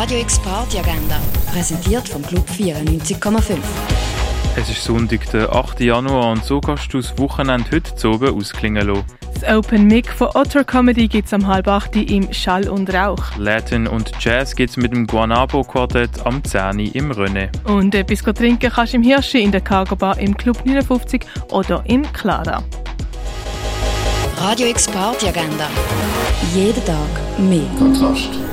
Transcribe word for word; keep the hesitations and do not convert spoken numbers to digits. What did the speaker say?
Radio X Party Agenda, präsentiert vom Club vierundneunzig Komma fünf. Es ist Sonntag, der achte Januar, und so kannst du das Wochenende heute zu oben ausklingen lassen. Das Open Mic von Otter Comedy gibt es am halb acht im Schall und Rauch. Latin und Jazz gibt es mit dem Guanabo-Quartett am zehn im René. Und etwas trinken kannst du im Hirschi, in der Cargo Bar, im Club neunundfünfzig oder in Clara. Radio X Party Agenda. Jeden Tag mehr Kontrast.